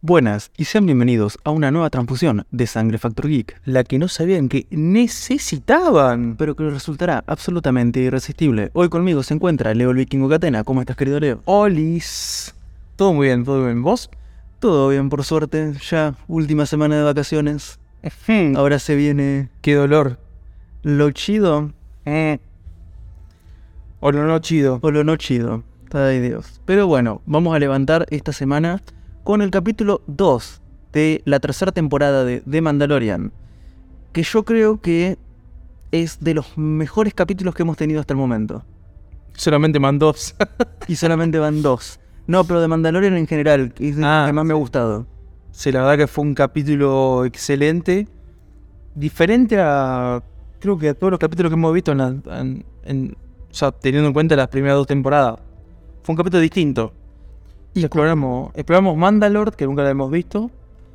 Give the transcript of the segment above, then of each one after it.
Buenas y sean bienvenidos a una nueva transfusión de Sangre Factor Geek, la que no sabían que necesitaban, pero que les resultará absolutamente irresistible. Hoy conmigo se encuentra Leo el Vikingo Catena. ¿Cómo estás, querido Leo? Olis. Todo muy bien, todo bien. ¿Vos? Todo bien, por suerte. Ya última semana de vacaciones. Ahora se viene Qué dolor. lo chido O lo no chido. o lo no chido. Ay, Dios. Pero bueno, vamos a levantar esta semana con el capítulo 2 de la tercera temporada de The Mandalorian, que yo creo que es de los mejores capítulos que hemos tenido hasta el momento. Solamente mandó dos. Y solamente van 2. No, pero de Mandalorian en general, que es el que más me ha gustado. Sí, la verdad que fue un capítulo excelente. Diferente a... creo que a todos los capítulos que hemos visto o sea, teniendo en cuenta las primeras 2 temporadas. Fue un capítulo distinto. Y exploramos Mandalore, que nunca la hemos visto.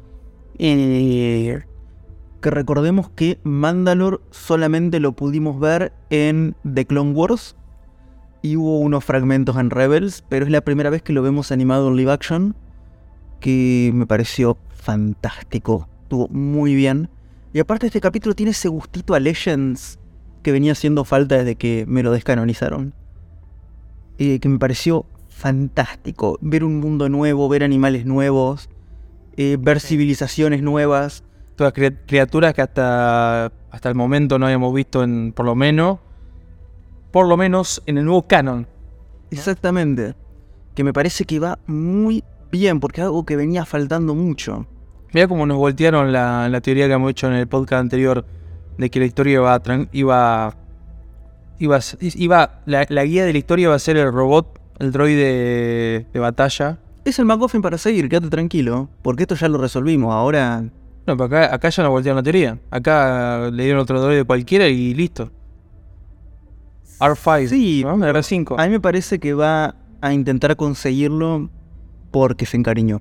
Y que recordemos que Mandalore solamente lo pudimos ver en The Clone Wars. Y hubo unos fragmentos en Rebels, pero es la primera vez que lo vemos animado en live action, que me pareció fantástico. Estuvo muy bien. Y aparte este capítulo tiene ese gustito a Legends que venía haciendo falta desde que me lo descanonizaron. Que me pareció fantástico. Ver un mundo nuevo, ver animales nuevos, ver civilizaciones nuevas. Todas criaturas que hasta el momento no habíamos visto por lo menos en el nuevo canon. Exactamente. Que me parece que va muy bien, porque es algo que venía faltando mucho. Mira cómo nos voltearon la teoría que hemos hecho en el podcast anterior de que la historia la guía de la historia va a ser el robot, el droide de batalla. Es el MacGuffin para seguir, quédate tranquilo, porque esto ya lo resolvimos, ahora... No, pero acá ya nos voltearon la teoría. Acá le dieron otro droide cualquiera y listo. R5, sí, ¿no? R5. A mí me parece que va a intentar conseguirlo porque se encariñó.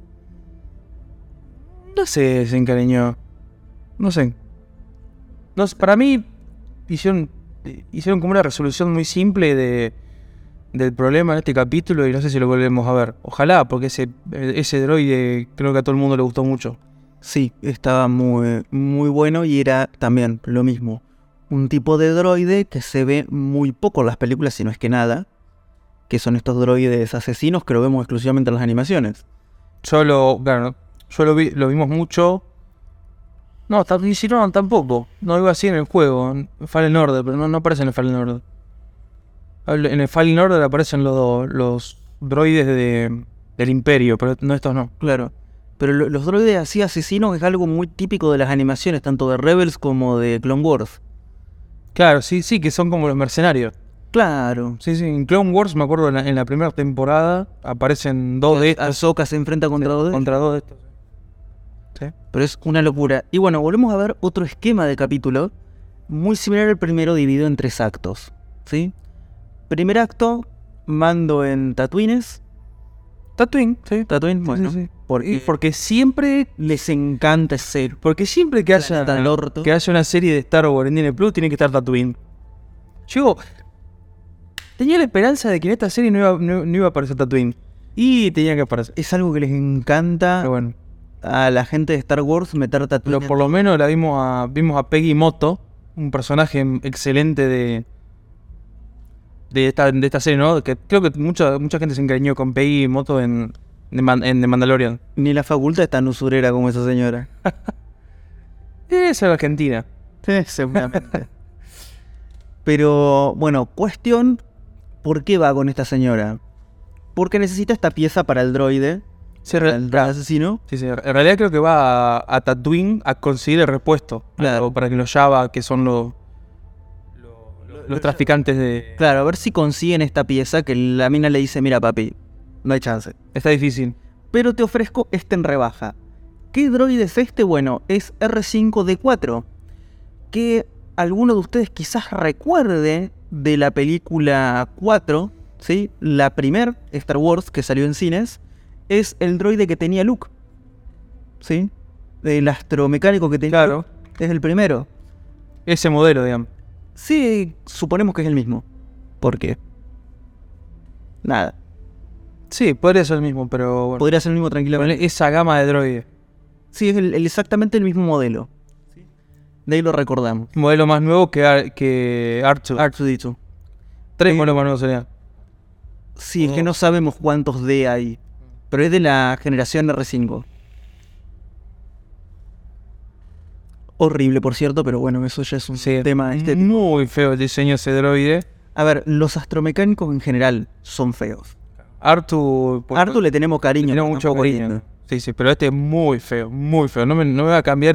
No sé, se encariñó. No sé. Para mí hicieron como una resolución muy simple del problema en este capítulo y no sé si lo volvemos a ver. Ojalá, porque ese droide creo que a todo el mundo le gustó mucho. Sí, estaba muy, muy bueno y era también lo mismo. Un tipo de droide que se ve muy poco en las películas, si no es que nada. Que son estos droides asesinos que lo vemos exclusivamente en las animaciones. Lo vimos mucho. No, si no, tampoco. No iba así en el juego, en Fallen Order, pero no aparece en el Fallen Order. En el Fallen Order aparecen los droides del Imperio, pero no, estos no. Claro. Pero los droides así asesinos es algo muy típico de las animaciones, tanto de Rebels como de Clone Wars. Claro, sí, que son como los mercenarios. Claro. Sí, en Clone Wars, me acuerdo, en la primera temporada aparecen 2 de estos. Ahsoka se enfrenta contra 2 de estos. Contra 2 de estos. Sí. Pero es una locura. Y bueno, volvemos a ver otro esquema de capítulo, muy similar al primero, dividido en 3 actos. ¿Sí? Primer acto, Mando en Tatooine, bueno. Sí. Porque siempre les encanta ser. Porque siempre que haya una serie de Star Wars en Disney Plus, tiene que estar Tatooine. Yo tenía la esperanza de que en esta serie no iba a aparecer Tatooine. Y tenía que aparecer. Es algo que les encanta. Pero bueno, a la gente de Star Wars meter Tatooine. Pero por lo menos vimos a Peggy Motto, un personaje excelente de esta serie, ¿no? Que creo que mucha gente se encariñó con Peggy Motto en The Mandalorian. Ni la facultad es tan usurera como esa señora. Es Argentina. Sí, seguramente. Pero, bueno, cuestión, ¿por qué va con esta señora? Porque necesita esta pieza para el droide, el asesino. Sí, en realidad creo que va a Tatooine a conseguir el repuesto. Claro. Para que los Java, que son los traficantes de... Claro, a ver si consiguen esta pieza, que la mina le dice, mira papi, no hay chance. Está difícil. Pero te ofrezco este en rebaja. ¿Qué droide es este? Bueno, es R5D4, que alguno de ustedes quizás recuerde de la película 4, ¿sí? La primer Star Wars que salió en cines, es el droide que tenía Luke, ¿sí? El astromecánico que tenía Claro. Luke, es el primero. Ese modelo, digamos. Sí, suponemos que es el mismo. ¿Por qué? Nada. Sí, podría ser el mismo, pero bueno. Podría ser el mismo tranquilamente. Esa gama de droides. Sí, es exactamente el mismo modelo. De ahí lo recordamos. Modelo más nuevo que R2. R2D2. 3 modelos más nuevos serían. Sí, es que no sabemos cuántos D hay. Pero es de la generación R5. Horrible, por cierto, pero bueno, eso ya es un tema estético. Muy feo el diseño de ese droide. A ver, los astromecánicos en general son feos. Artu Le tenemos cariño. Tenemos mucho cariño. Sí, pero este es muy feo, muy feo. No me va a cambiar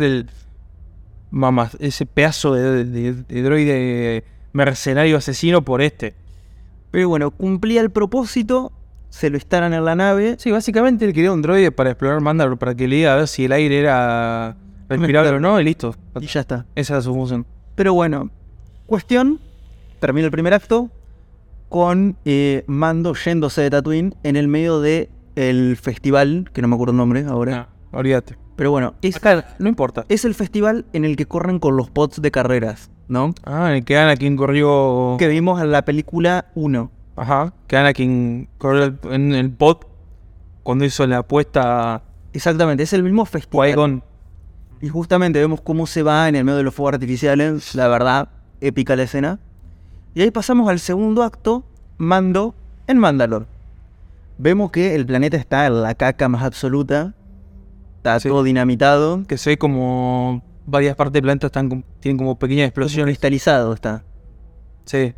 ese pedazo de droide mercenario asesino por este. Pero bueno, cumplía el propósito, se lo instalan en la nave. Sí, básicamente él quería un droide para explorar Mandalore, para que le diga a ver si el aire era respirable o no, y listo. Y ya está. Esa era su función. Pero bueno, cuestión, termina el primer acto con Mando yéndose de Tatooine en el medio de el festival, que no me acuerdo el nombre ahora. Olvídate. Pero bueno, acá no importa. Es el festival en el que corren con los pods de carreras, ¿no? En el que Anakin corrió... Que vimos en la película 1. Ajá, que Anakin corrió en el pod cuando hizo la apuesta... Exactamente, es el mismo festival. Qui-Gon. Y justamente vemos cómo se va en el medio de los fuegos artificiales. La verdad, épica la escena. Y ahí pasamos al segundo acto, Mando en Mandalore. Vemos que el planeta está en la caca más absoluta. Está todo dinamitado. Que se ve como varias partes del planeta tienen como pequeñas explosiones. Como cristalizado está. Sí.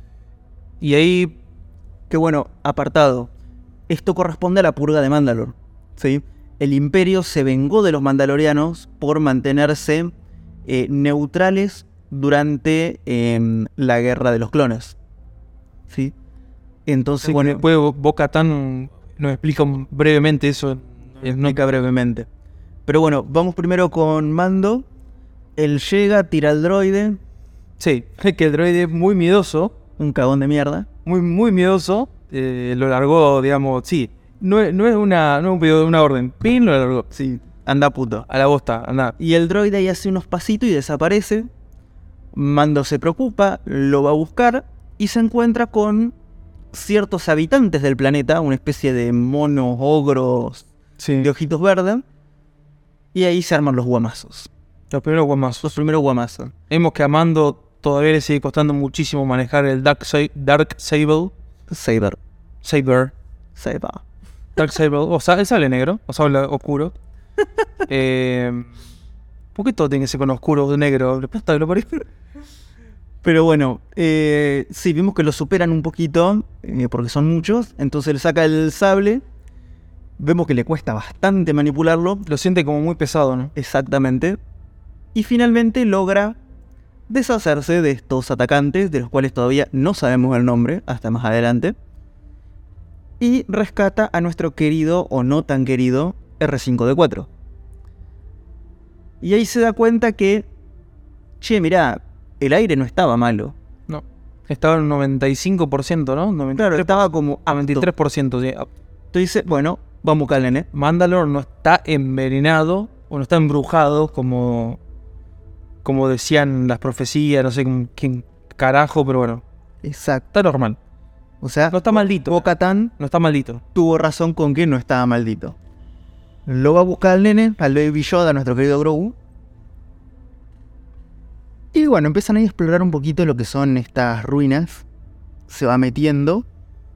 Y ahí... Que bueno, apartado. Esto corresponde a la purga de Mandalore. ¿Sí? El Imperio se vengó de los mandalorianos por mantenerse neutrales durante la guerra de los clones. ¿Sí? Entonces, bueno... Después Bo-Katan nos explica brevemente eso. Explica brevemente. Pero bueno, vamos primero con Mando. Él llega, tira al droide. Sí, es que el droide es muy miedoso. Un cagón de mierda. Muy miedoso. Lo largó, digamos, sí. No es un pedido de una orden. Pin lo largó. Sí, anda puto. A la bosta, anda. Y el droide ahí hace unos pasitos y desaparece. Mando se preocupa, lo va a buscar y se encuentra con ciertos habitantes del planeta, una especie de monos, ogros, de ojitos verdes. Y ahí se arman los guamazos. Los primeros guamazos. Vemos que a Mando todavía le sigue costando muchísimo manejar el Dark Sable. Saber. Dark Sable. O sea, el sable negro. O sable oscuro. ¿Por qué todo tiene que ser con oscuro o negro? Pero bueno, sí, vimos que lo superan un poquito, porque son muchos. Entonces le saca el sable. Vemos que le cuesta bastante manipularlo. Lo siente como muy pesado, ¿no? Exactamente. Y finalmente logra deshacerse de estos atacantes, de los cuales todavía no sabemos el nombre, hasta más adelante. Y rescata a nuestro querido, o no tan querido, R5D4. Y ahí se da cuenta que... Che, mirá, el aire no estaba malo. No. Estaba en un 95%, ¿no? 93%. Claro, estaba como a 23%, sí. Entonces dice, bueno, vamos a buscarle, ¿eh? Mandalore no está envenenado, o no está embrujado, como decían las profecías, no sé quién carajo, pero bueno. Exacto. Está normal. O sea, no está maldito. Bo-Katan no está maldito. Tuvo razón con que no estaba maldito. Lo va a buscar al nene, al Baby Yoda, nuestro querido Grogu. Y bueno, empiezan a explorar un poquito lo que son estas ruinas. Se va metiendo.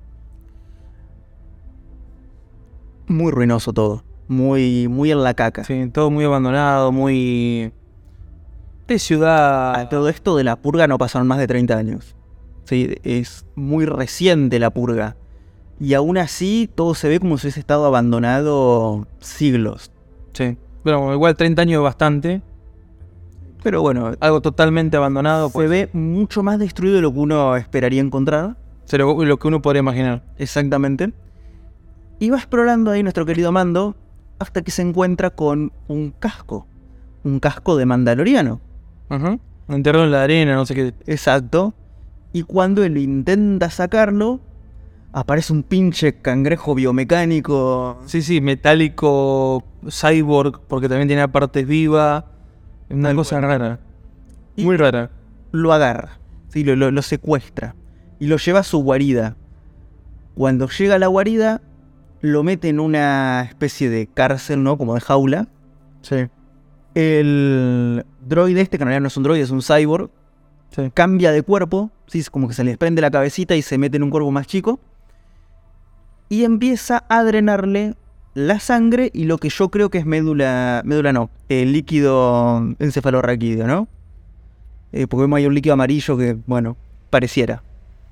Muy ruinoso todo. Muy en la caca. Sí, todo muy abandonado, muy... de ciudad. A todo esto de la purga no pasaron más de 30 años. Sí, es muy reciente la purga. Y aún así todo se ve como si hubiese estado abandonado siglos. Sí, pero igual 30 años es bastante. Pero bueno, algo totalmente abandonado. Se ve mucho más destruido de lo que uno esperaría encontrar. Lo que uno podría imaginar. Exactamente. Y va explorando ahí nuestro querido Mando hasta que se encuentra con un casco. Un casco de mandaloriano. Ajá. Enterrado en la arena, no sé qué. Exacto. Y cuando él intenta sacarlo, aparece un pinche cangrejo biomecánico. Sí, metálico, cyborg, porque también tiene partes vivas. Una cosa rara. Muy rara. Lo agarra. Sí, lo secuestra. Y lo lleva a su guarida. Cuando llega a la guarida, lo mete en una especie de cárcel, ¿no? Como de jaula. Sí. El droide que en realidad no es un droide, es un cyborg, Sí. cambia de cuerpo, ¿sí? Es como que se le desprende la cabecita y se mete en un cuerpo más chico. Y empieza a drenarle la sangre y lo que yo creo que es médula no, líquido encefalorraquídeo, ¿no? Porque vemos ahí un líquido amarillo que, bueno, pareciera.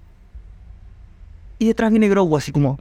Y detrás viene Grogu así como...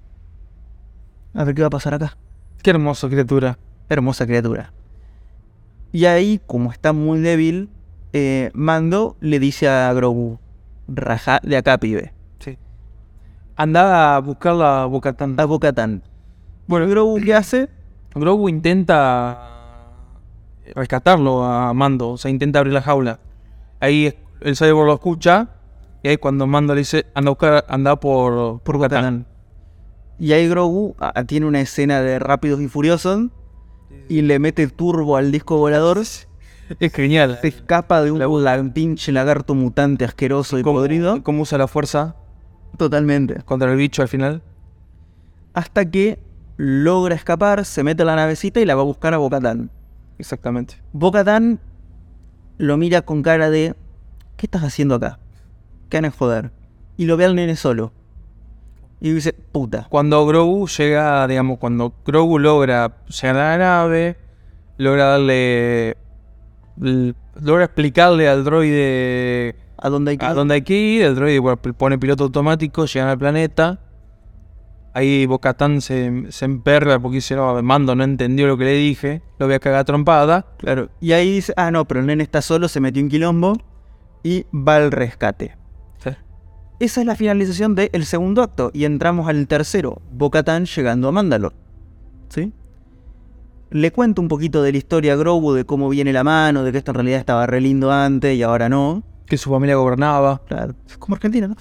A ver qué va a pasar acá. Qué hermosa criatura. Hermosa criatura. Y ahí, como está muy débil, Mando le dice a Grogu: raja de acá, pibe. Sí. Anda a buscar la Bo-Katan. A Bo-Katan. Bueno, Grogu, ¿qué hace? Grogu intenta rescatarlo a Mando, o sea, intenta abrir la jaula. Ahí el cyborg lo escucha, y ahí cuando Mando le dice, anda por Bo-Katan. Y ahí Grogu tiene una escena de Rápidos y Furiosos y le mete turbo al disco volador. Es genial. Se escapa de un pinche lagarto mutante asqueroso y podrido. ¿Cómo usa la fuerza Totalmente. contra el bicho al final? Hasta que logra escapar, se mete a la navecita y la va a buscar a Bo-Katan. Exactamente. Bo-Katan lo mira con cara de: ¿qué estás haciendo acá? ¿Qué van a joder? Y lo ve al nene solo. Y dice: puta. Cuando Grogu llega, digamos, cuando Grogu logra llegar a la nave, logra explicarle al droide ¿A dónde hay que ir? a dónde hay que ir. El droide pone piloto automático, llegan al planeta. Ahí Bo-Katan se emperra porque dice: no, Mando no entendió lo que le dije, lo voy a cagar a trompada. Claro. Y ahí dice: ah, no, pero el nene está solo, se metió en quilombo y va al rescate. Sí. Esa es la finalización del segundo acto. Y entramos al tercero, Bo-Katan llegando a Mandalore. ¿Sí? Le cuento un poquito de la historia a Grogu, de cómo viene la mano, de que esto en realidad estaba re lindo antes y ahora no. Que su familia gobernaba. Claro, como Argentina, ¿no?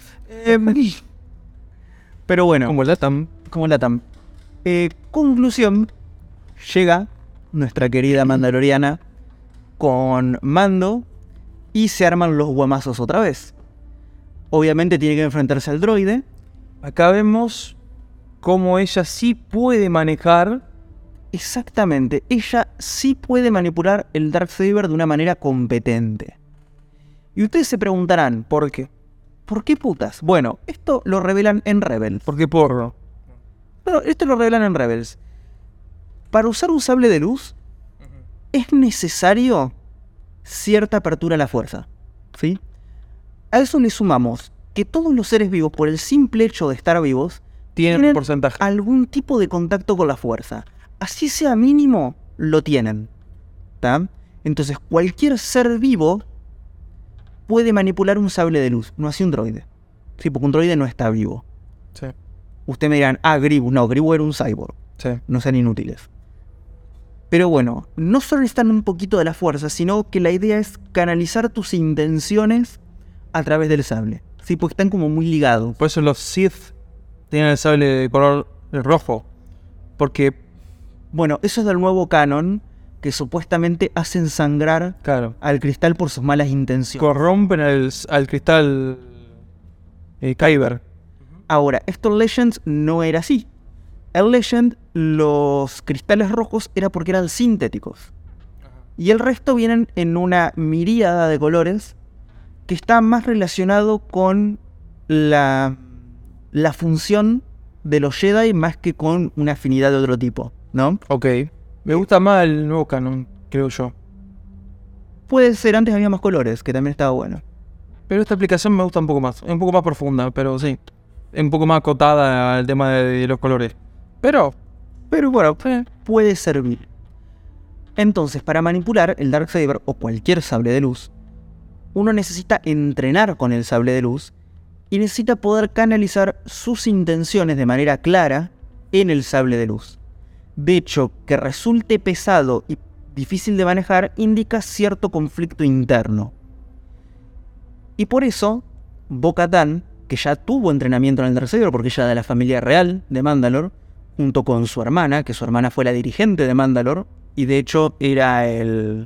Pero bueno, Como el Latam. como Latam. Conclusión, llega nuestra querida Mandaloriana con Mando y se arman los guamazos otra vez. Obviamente tiene que enfrentarse al droide. Acá vemos cómo ella sí puede manejar. Exactamente, ella sí puede manipular el Darksaber de una manera competente. Y ustedes se preguntarán, ¿Por qué? ¿por qué putas? Bueno, esto lo revelan en Rebels. ¿Por qué porro? Pero esto lo revelan en Rebels. Para usar un sable de luz es necesario cierta apertura a la fuerza, ¿sí? A eso le sumamos que todos los seres vivos, por el simple hecho de estar vivos, Tienen porcentaje. algún tipo de contacto con la fuerza. Así sea mínimo, lo tienen. ¿Tá? Entonces cualquier ser vivo puede manipular un sable de luz, no así un droide. Sí, porque un droide no está vivo. Sí. Ustedes me dirán: ah, Grievous. No, Grievous era un cyborg. Sí. No sean inútiles. Pero bueno, no solo necesitan un poquito de la fuerza, sino que la idea es canalizar tus intenciones a través del sable. Sí, porque están como muy ligados. Por eso los Sith tienen el sable de color rojo. Porque, Bueno, eso es del nuevo canon, que supuestamente hacen sangrar claro, al cristal por sus malas intenciones. corrompen al cristal Kyber. Ahora, esto en Legends no era así. En Legend los cristales rojos era porque eran sintéticos. Y el resto vienen en una miríada de colores que está más relacionado con la función de los Jedi más que con una afinidad de otro tipo, ¿no? Ok. Me gusta más el nuevo canon, creo yo. Puede ser, antes había más colores, que también estaba bueno. Pero esta aplicación me gusta un poco más. Es un poco más profunda, pero sí. Es un poco más acotada al tema de los colores. Pero bueno, puede servir. Entonces, para manipular el Darksaber o cualquier sable de luz, uno necesita entrenar con el sable de luz y necesita poder canalizar sus intenciones de manera clara en el sable de luz. De hecho, que resulte pesado y difícil de manejar indica cierto conflicto interno. Y por eso, Bo-Katan, que ya tuvo entrenamiento en el Darksaber porque ella era de la familia real de Mandalore, junto con su hermana, que su hermana fue la dirigente de Mandalore, y de hecho era el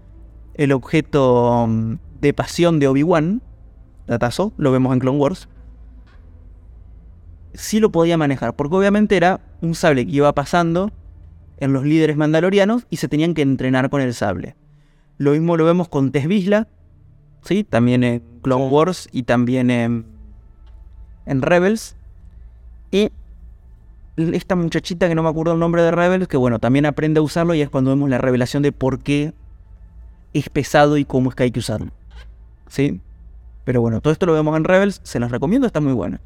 objeto de pasión de Obi-Wan, datazo, lo vemos en Clone Wars. sí lo podía manejar, porque obviamente era un sable que iba pasando en los líderes mandalorianos y se tenían que entrenar con el sable. Lo mismo lo vemos con Tess Vizsla, ¿sí? También en Clone Wars y también en Rebels. Y esta muchachita que no me acuerdo el nombre de Rebels, que bueno, también aprende a usarlo y es cuando vemos la revelación de por qué es pesado y cómo es que hay que usarlo, ¿sí? Pero bueno, todo esto lo vemos en Rebels, se los recomiendo, está muy bueno.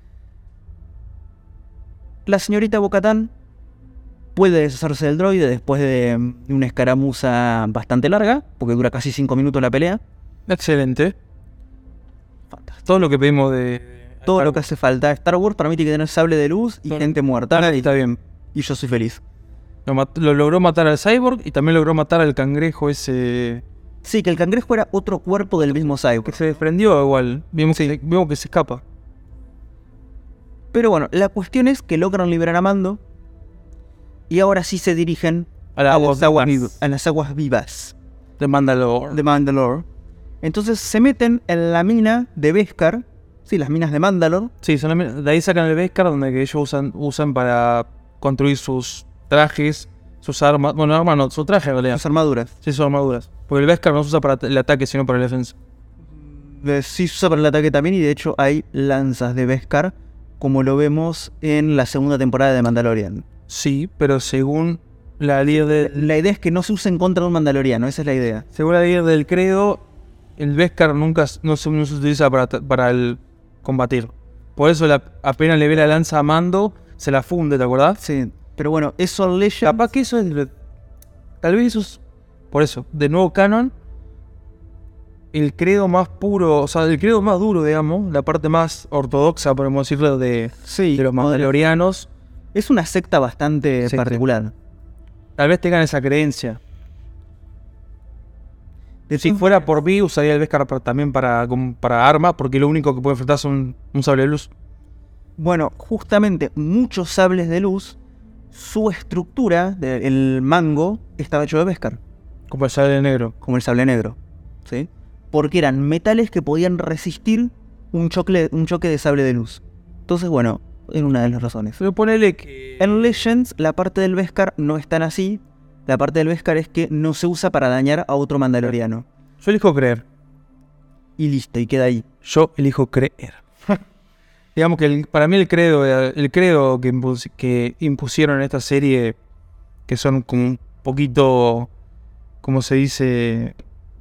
La señorita Bo-Katan puede deshacerse del droide después de una escaramuza bastante larga, porque dura casi 5 minutos la pelea. Excelente. Fantástico. Todo lo que pedimos de... Todo lo que hace falta. Star Wars para mí tiene que tener sable de luz y gente muerta. Y está bien. Y yo soy feliz. Lo logró matar al cyborg y también logró matar al cangrejo ese... Sí, que el cangrejo era otro cuerpo del mismo cyborg. Que se desprendió igual. Vimos que se escapa. Pero bueno, la cuestión es que logran liberar a Mando. Y ahora sí se dirigen a las aguas vivas de Mandalore. Entonces se meten en la mina de Beskar. Sí, las minas de Mandalore. Sí, de ahí sacan el Beskar, donde que ellos usan para construir sus trajes, sus armas. Bueno, armas no, su traje en realidad. Sus armaduras. Sí, sus armaduras. Porque el Beskar no se usa para el ataque, sino para la defensa. Sí se usa para el ataque también, y de hecho hay lanzas de Beskar, como lo vemos en la segunda temporada de Mandalorian. Sí, pero según la líder La idea es que no se usen contra un mandaloriano, esa es la idea. Según la líder del credo, el Beskar nunca no se utiliza para el combatir. Por eso apenas le ve la lanza a Mando, se la funde, ¿te acordás? Sí, pero bueno, eso Legends... Capaz que eso es... Tal vez eso es... Por eso, de nuevo canon, el credo más puro, o sea, el credo más duro, digamos, la parte más ortodoxa, podemos decirlo, de los mandalorianos. Es una secta bastante particular. Tal vez tengan esa creencia. Si fuera por mí, usaría el Beskar también para armas, porque lo único que puede enfrentar es un sable de luz. Bueno, justamente muchos sables de luz, su estructura, el mango, estaba hecho de Beskar. Como el sable negro. Como el sable negro, ¿sí? Porque eran metales que podían resistir un choque de sable de luz. Entonces, bueno, era una de las razones. Pero ponele que... En Legends, la parte del Beskar no es tan así. La parte del Beskar es que no se usa para dañar a otro mandaloriano. Yo elijo creer. Y listo, y queda ahí. Yo elijo creer. Digamos que para mí el credo que impusieron en esta serie, que son como un poquito, como se dice...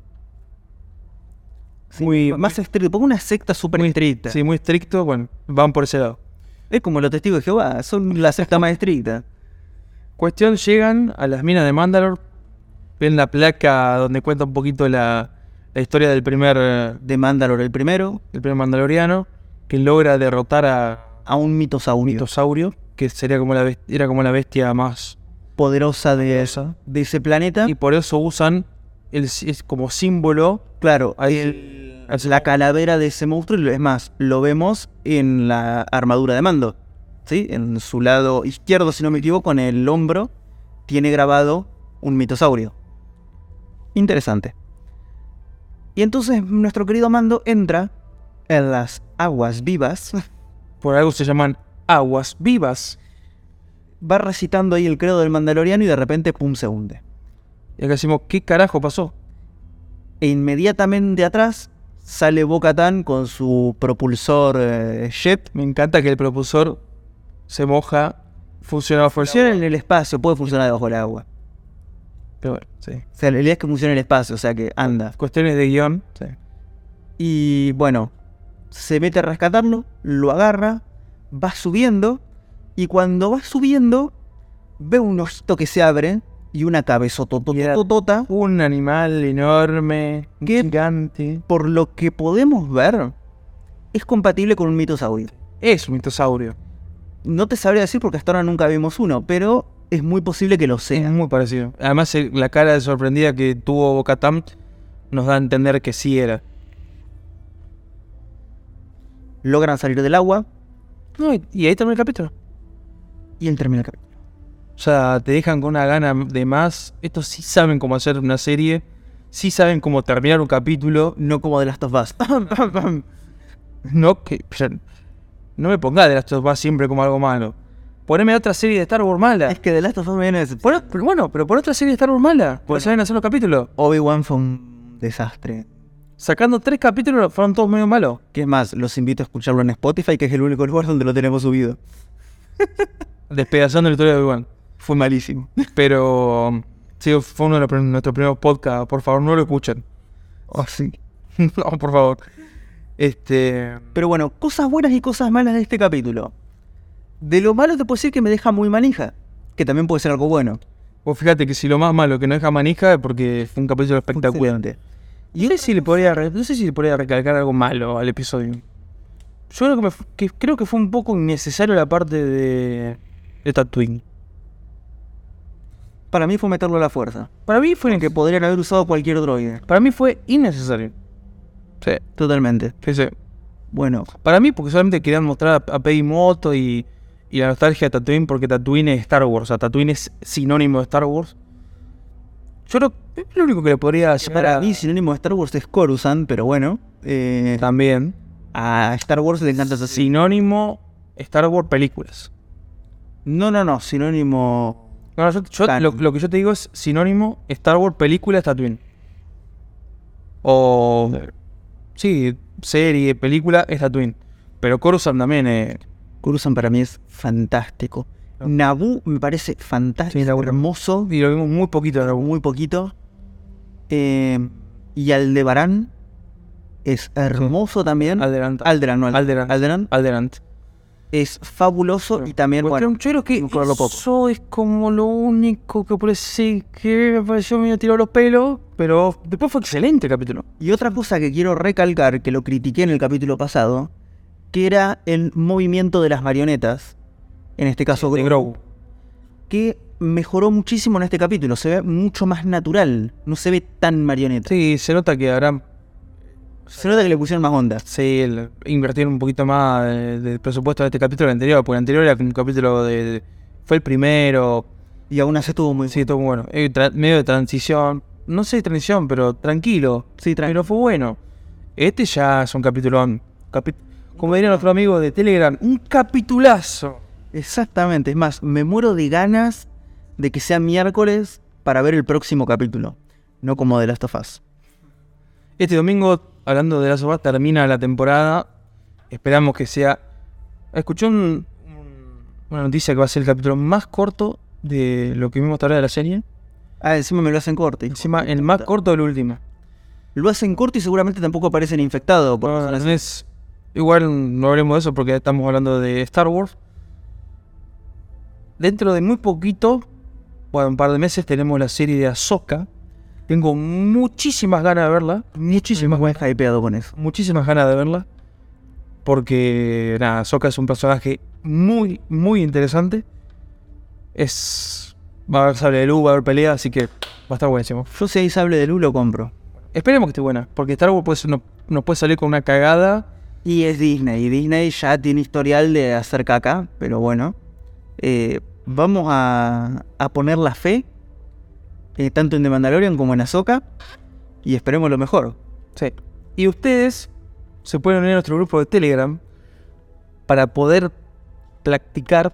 Sí, más estricto, porque una secta súper estricta. Sí, muy estricto, bueno, van por ese lado. Es como los testigos de Jehová, son la secta más estricta. Cuestión, llegan a las minas de Mandalore, ven la placa donde cuenta un poquito la historia del primer... De Mandalore, el primero. El primer mandaloriano, que logra derrotar a un mitosaurio. Que sería era como la bestia más poderosa de ese planeta. Y por eso usan es como símbolo. Claro, la calavera de ese monstruo, es más, lo vemos en la armadura de Mando, ¿sí? En su lado izquierdo, si no me equivoco, en el hombro, tiene grabado un mitosaurio. Interesante. Y entonces nuestro querido Mando entra en las aguas vivas. Por algo se llaman aguas vivas. Va recitando ahí el credo del mandaloriano y de repente, pum, se hunde. Y acá decimos, ¿qué carajo pasó? E inmediatamente atrás sale Bo-Katan con su propulsor jet. Me encanta que el propulsor se moja, funciona bajo el agua. Funciona en el espacio, puede funcionar debajo del agua. Pero bueno, sí. O sea, la realidad es que funciona en el espacio, o sea que anda. Cuestiones de guión, sí. Y bueno, se mete a rescatarlo, lo agarra, va subiendo, y cuando va subiendo, ve un ojito que se abre y una cabezotototota. Un animal enorme, gigante. Por lo que podemos ver, es compatible con un mitosaurio. Es un mitosaurio. No te sabría decir porque hasta ahora nunca vimos uno, pero es muy posible que lo sea. Es muy parecido. Además, la cara de sorprendida que tuvo Bo-Katan nos da a entender que sí era. Logran salir del agua. No, y ahí termina el capítulo. Y él termina el capítulo. O sea, te dejan con una gana de más. Estos sí saben cómo hacer una serie. Sí saben cómo terminar un capítulo. No como The Last of Us. No, que... No me pongas The Last of Us siempre como algo malo. Poneme otra serie de Star Wars mala. Es que The Last of Us me viene a decepcionar. Pero pon otra serie de Star Wars mala. Porque saben hacer los capítulos. Obi-Wan fue un desastre. Sacando 3 capítulos fueron todos medio malos. Que es más, los invito a escucharlo en Spotify, que es el único lugar donde lo tenemos subido. Despedazando la historia de Obi-Wan. Fue malísimo. Pero sí, fue uno de nuestros primeros podcasts. Por favor, no lo escuchen. Oh, sí. No, por favor. Pero bueno, cosas buenas y cosas malas de este capítulo. De lo malo te puedo decir que me deja muy manija. Que también puede ser algo bueno. Vos fíjate que si lo más malo que no deja manija es porque fue un capítulo espectacular. Excelente. Y no sé si le podría recalcar algo malo al episodio. Yo creo que fue un poco innecesario la parte de Tatooine. Para mí fue meterlo a la fuerza. Para mí fue Que podrían haber usado cualquier droide. Para mí fue innecesario. Sí, Totalmente. sí. Bueno, Para mí porque solamente querían mostrar a Peggy Moto y la nostalgia de Tatooine, porque Tatooine es Star Wars. O sea, Tatooine es sinónimo de Star Wars. Yo creo que es lo único que le podría llevar para mí sinónimo de Star Wars es Coruscant, pero bueno. También. A Star Wars le encanta Sinónimo Star Wars películas. No, sinónimo... No, lo que yo te digo es sinónimo Star Wars películas Tatooine. O... Sí, serie, película es Tatooine. Pero Coruscant también es... Coruscant para mí es fantástico. No. Naboo me parece fantástico, Sí, Naboo. hermoso, Y lo vimos muy poquito, ¿no? muy poquito. Y Aldebarán es hermoso también. Alderaan es fabuloso y también, bueno, yo creo que mejorarlo poco. eso es como lo único que parece que me pareció medio tirado los pelos, pero después fue excelente el capítulo. Y otra cosa que quiero recalcar, que lo critiqué en el capítulo pasado, que era el movimiento de las marionetas, en este caso de Grogu. que mejoró muchísimo en este capítulo, se ve mucho más natural, no se ve tan marioneta. Sí, se nota que habrán... Se nota que le pusieron más onda. Sí, invirtieron un poquito más de presupuesto de este capítulo que el anterior, porque el anterior era un capítulo fue el primero. Y aún así estuvo muy... Sí, estuvo bueno. Medio de transición. No sé de transición, pero tranquilo. Sí, Pero fue bueno. Este ya es un capitulón. Como diría nuestro amigo de Telegram, un capitulazo. Exactamente, es más, me muero de ganas de que sea miércoles para ver el próximo capítulo, no como The Last of Us. Este domingo, hablando de The Last of Us, termina la temporada. Esperamos que sea... Escuché una noticia que va a ser el capítulo más corto de lo que vimos hasta ahora de la serie. Ah, encima me lo hacen corto. Encima, el más corto del último. Lo hacen corto y seguramente tampoco aparecen infectados. Igual no hablemos de eso porque estamos hablando de Star Wars. Dentro de muy poquito, bueno, un par de meses, tenemos la serie de Ahsoka. Tengo muchísimas ganas de verla. Muchísimas buen hypeado con eso. Muchísimas ganas de verla. Porque, nada, Ahsoka es un personaje muy, muy interesante. Va a haber sable de luz, va a haber pelea, así que va a estar buenísimo. Yo si hay sable de luz lo compro. Esperemos que esté buena, porque Star Wars nos puede salir con una cagada. Y es Disney, y Disney ya tiene historial de hacer caca, pero bueno. Vamos a poner la fe, tanto en The Mandalorian como en Ahsoka, y esperemos lo mejor. Sí. Y ustedes se pueden unir a nuestro grupo de Telegram para poder platicar,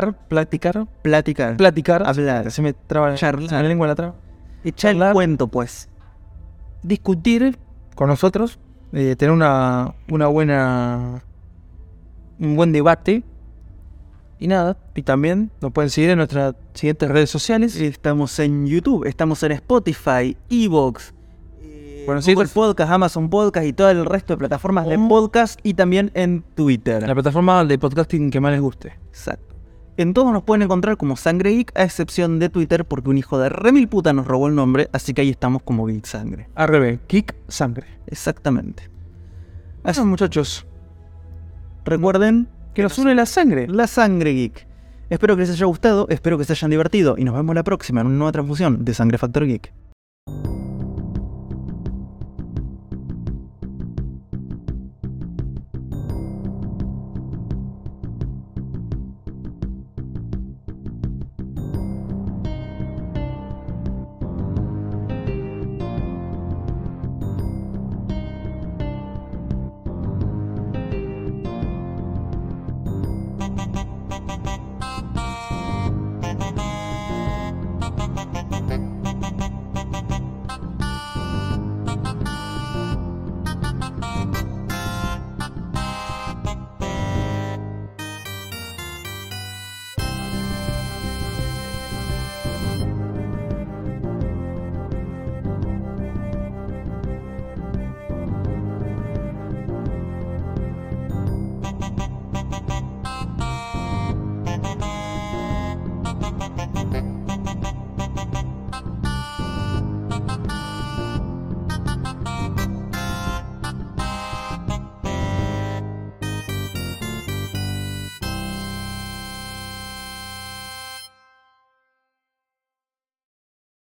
hablar, se me traba charlar, se me la lengua la traba. Echar el cuento, pues. Discutir con nosotros, tener un buen debate. Y nada, y también nos pueden seguir en nuestras siguientes redes sociales. Estamos en YouTube, estamos en Spotify, Evox, Google Podcast, Amazon Podcast y todo el resto de plataformas de podcast, y también en Twitter. La plataforma de podcasting que más les guste. Exacto. En todos nos pueden encontrar como Sangre Geek, a excepción de Twitter, porque un hijo de remil puta nos robó el nombre, así que ahí estamos como Geek Sangre. Al revés, Geek Sangre. Exactamente. Así, muchachos. Recuerden que nos une la sangre. La Sangre Geek. Espero que les haya gustado, espero que se hayan divertido y nos vemos la próxima en una nueva transfusión de Sangre Factor Geek.